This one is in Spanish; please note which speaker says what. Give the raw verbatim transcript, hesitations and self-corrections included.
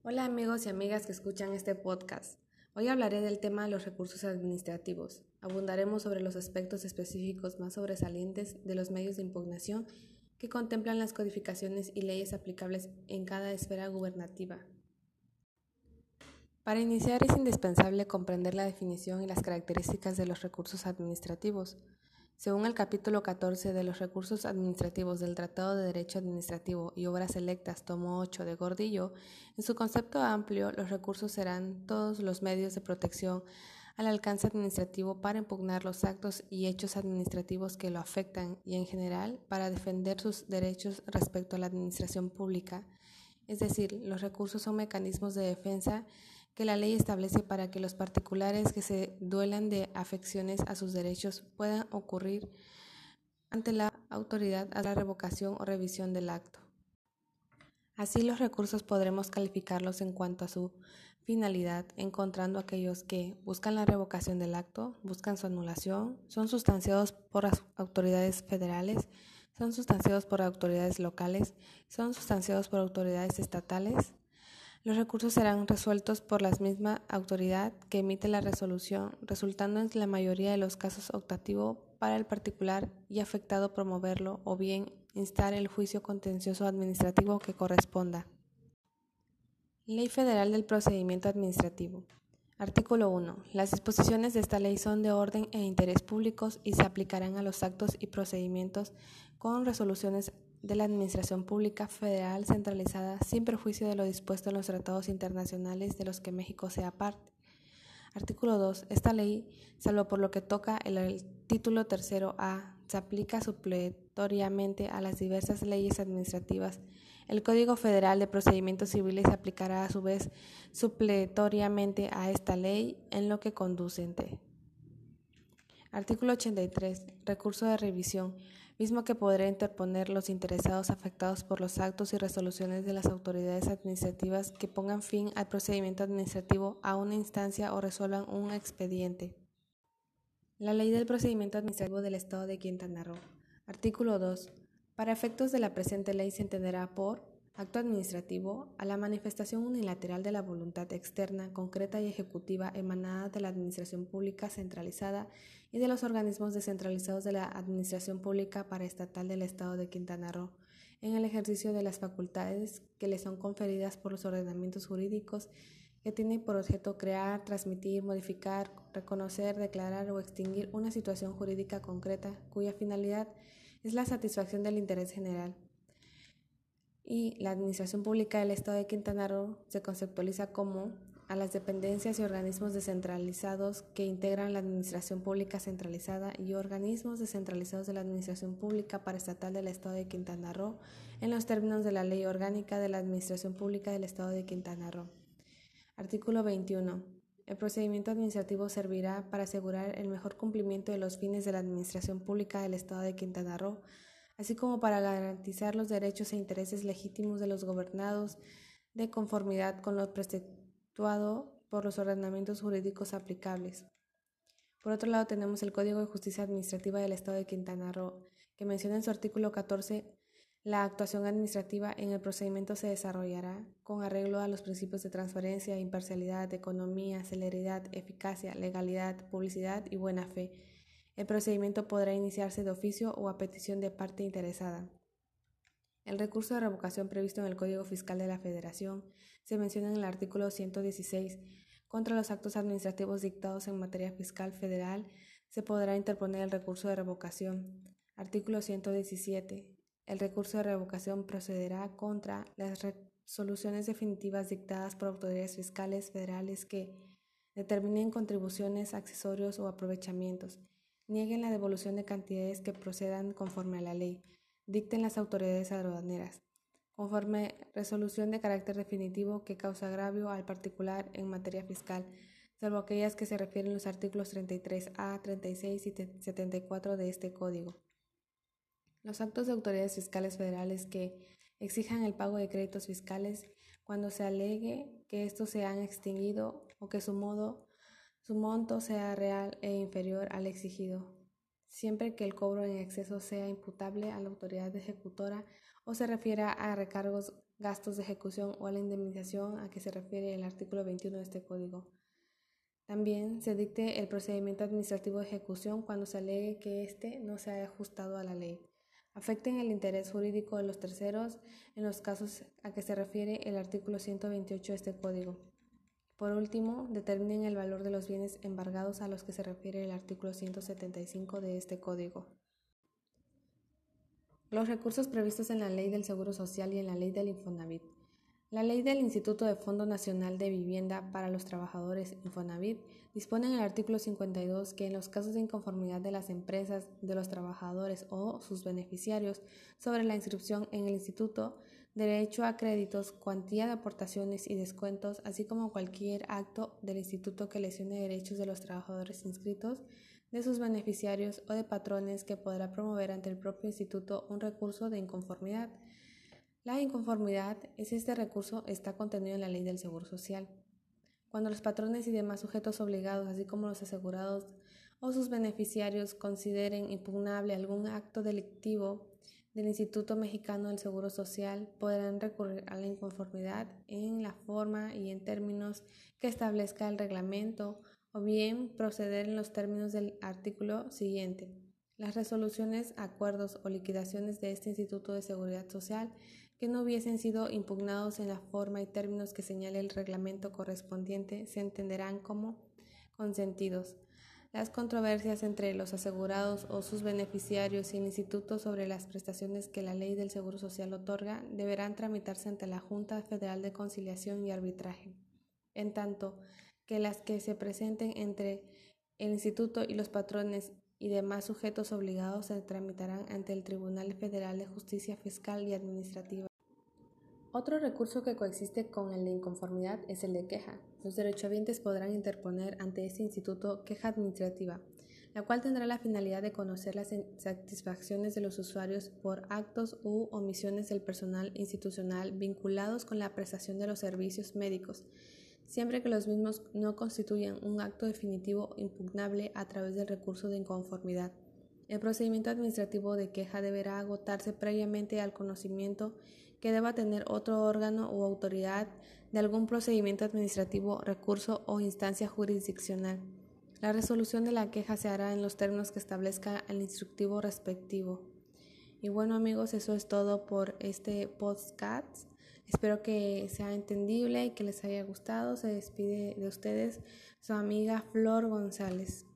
Speaker 1: Hola amigos y amigas que escuchan este podcast. Hoy hablaré del tema de los recursos administrativos. Abundaremos sobre los aspectos específicos más sobresalientes de los medios de impugnación que contemplan las codificaciones y leyes aplicables en cada esfera gubernativa. Para iniciar es indispensable comprender la definición y las características de los recursos administrativos. Según el capítulo catorce de los recursos administrativos del Tratado de Derecho Administrativo y Obras Electas, tomo ocho de Gordillo, en su concepto amplio, los recursos serán todos los medios de protección al alcance administrativo para impugnar los actos y hechos administrativos que lo afectan y, en general, para defender sus derechos respecto a la administración pública. Es decir, los recursos son mecanismos de defensa que la ley establece para que los particulares que se duelan de afecciones a sus derechos puedan ocurrir ante la autoridad a la revocación o revisión del acto. Así, los recursos podremos calificarlos en cuanto a su finalidad, encontrando aquellos que buscan la revocación del acto, buscan su anulación, son sustanciados por las autoridades federales, son sustanciados por autoridades locales, son sustanciados por autoridades estatales. Los recursos serán resueltos por la misma autoridad que emite la resolución, resultando en la mayoría de los casos optativo para el particular y afectado promoverlo o bien instar el juicio contencioso administrativo que corresponda. Ley Federal del Procedimiento Administrativo. Artículo uno. Las disposiciones de esta ley son de orden e interés públicos y se aplicarán a los actos y procedimientos con resoluciones de la Administración Pública Federal centralizada sin perjuicio de lo dispuesto en los tratados internacionales de los que México sea parte. Artículo dos. Esta ley, salvo por lo que toca el, el título tercero A, se aplica supletoriamente a las diversas leyes administrativas. El Código Federal de Procedimientos Civiles se aplicará a su vez supletoriamente a esta ley en lo que conducente. Artículo ochenta y tres. Recurso de revisión, mismo que podrá interponer los interesados afectados por los actos y resoluciones de las autoridades administrativas que pongan fin al procedimiento administrativo a una instancia o resuelvan un expediente. La Ley del Procedimiento Administrativo del Estado de Quintana Roo. Artículo dos. Para efectos de la presente ley se entenderá por acto administrativo a la manifestación unilateral de la voluntad externa, concreta y ejecutiva emanada de la Administración Pública centralizada y de los organismos descentralizados de la Administración Pública Paraestatal del Estado de Quintana Roo, en el ejercicio de las facultades que le son conferidas por los ordenamientos jurídicos que tienen por objeto crear, transmitir, modificar, reconocer, declarar o extinguir una situación jurídica concreta cuya finalidad es la satisfacción del interés general. Y la Administración Pública del Estado de Quintana Roo se conceptualiza como a las dependencias y organismos descentralizados que integran la Administración Pública centralizada y organismos descentralizados de la Administración Pública Paraestatal del Estado de Quintana Roo en los términos de la Ley Orgánica de la Administración Pública del Estado de Quintana Roo. Artículo veintiuno. El procedimiento administrativo servirá para asegurar el mejor cumplimiento de los fines de la Administración Pública del Estado de Quintana Roo, así como para garantizar los derechos e intereses legítimos de los gobernados de conformidad con lo preceptuado por los ordenamientos jurídicos aplicables. Por otro lado, tenemos el Código de Justicia Administrativa del Estado de Quintana Roo, que menciona en su artículo catorce la actuación administrativa en el procedimiento se desarrollará con arreglo a los principios de transparencia, imparcialidad, economía, celeridad, eficacia, legalidad, publicidad y buena fe. El procedimiento podrá iniciarse de oficio o a petición de parte interesada. El recurso de revocación previsto en el Código Fiscal de la Federación se menciona en el artículo ciento dieciséis. Contra los actos administrativos dictados en materia fiscal federal se podrá interponer el recurso de revocación. Artículo ciento diecisiete. El recurso de revocación procederá contra las resoluciones definitivas dictadas por autoridades fiscales federales que determinen contribuciones, accesorios o aprovechamientos, nieguen la devolución de cantidades que procedan conforme a la ley, dicten las autoridades aduaneras, conforme resolución de carácter definitivo que causa agravio al particular en materia fiscal, salvo aquellas que se refieren los artículos treinta y tres A, treinta y seis y setenta y cuatro de este Código. Los actos de autoridades fiscales federales que exijan el pago de créditos fiscales cuando se alegue que estos se han extinguido o que su, modo, su monto sea real e inferior al exigido, siempre que el cobro en exceso sea imputable a la autoridad ejecutora o se refiera a recargos gastos de ejecución o a la indemnización a que se refiere el artículo veintiuno de este Código. También se dicte el procedimiento administrativo de ejecución cuando se alegue que éste no se haya ajustado a la ley, afecten el interés jurídico de los terceros en los casos a que se refiere el artículo ciento veintiocho de este Código. Por último, determinen el valor de los bienes embargados a los que se refiere el artículo ciento setenta y cinco de este Código. Los recursos previstos en la Ley del Seguro Social y en la Ley del Infonavit. La Ley del Instituto de Fondo Nacional de Vivienda para los Trabajadores Infonavit dispone en el artículo cincuenta y dos que en los casos de inconformidad de las empresas, de los trabajadores o sus beneficiarios sobre la inscripción en el instituto, derecho a créditos, cuantía de aportaciones y descuentos, así como cualquier acto del instituto que lesione derechos de los trabajadores inscritos, de sus beneficiarios o de patrones, que podrá promover ante el propio instituto un recurso de inconformidad. La inconformidad es este recurso está contenido en la Ley del Seguro Social. Cuando los patrones y demás sujetos obligados, así como los asegurados o sus beneficiarios, consideren impugnable algún acto delictivo del Instituto Mexicano del Seguro Social, podrán recurrir a la inconformidad en la forma y en términos que establezca el reglamento, o bien proceder en los términos del artículo siguiente. Las resoluciones, acuerdos o liquidaciones de este Instituto de Seguridad Social que no hubiesen sido impugnados en la forma y términos que señale el reglamento correspondiente se entenderán como consentidos. Las controversias entre los asegurados o sus beneficiarios y el instituto sobre las prestaciones que la Ley del Seguro Social otorga deberán tramitarse ante la Junta Federal de Conciliación y Arbitraje, en tanto que las que se presenten entre el instituto y los patrones y demás sujetos obligados se tramitarán ante el Tribunal Federal de Justicia Fiscal y Administrativa. Otro recurso que coexiste con el de inconformidad es el de queja. Los derechohabientes podrán interponer ante este instituto queja administrativa, la cual tendrá la finalidad de conocer las satisfacciones de los usuarios por actos u omisiones del personal institucional vinculados con la prestación de los servicios médicos, siempre que los mismos no constituyan un acto definitivo impugnable a través del recurso de inconformidad. El procedimiento administrativo de queja deberá agotarse previamente al conocimiento que deba tener otro órgano o autoridad de algún procedimiento administrativo, recurso o instancia jurisdiccional. La resolución de la queja se hará en los términos que establezca el instructivo respectivo. Y bueno, amigos, eso es todo por este podcast. Espero que sea entendible y que les haya gustado. Se despide de ustedes su amiga Flor González.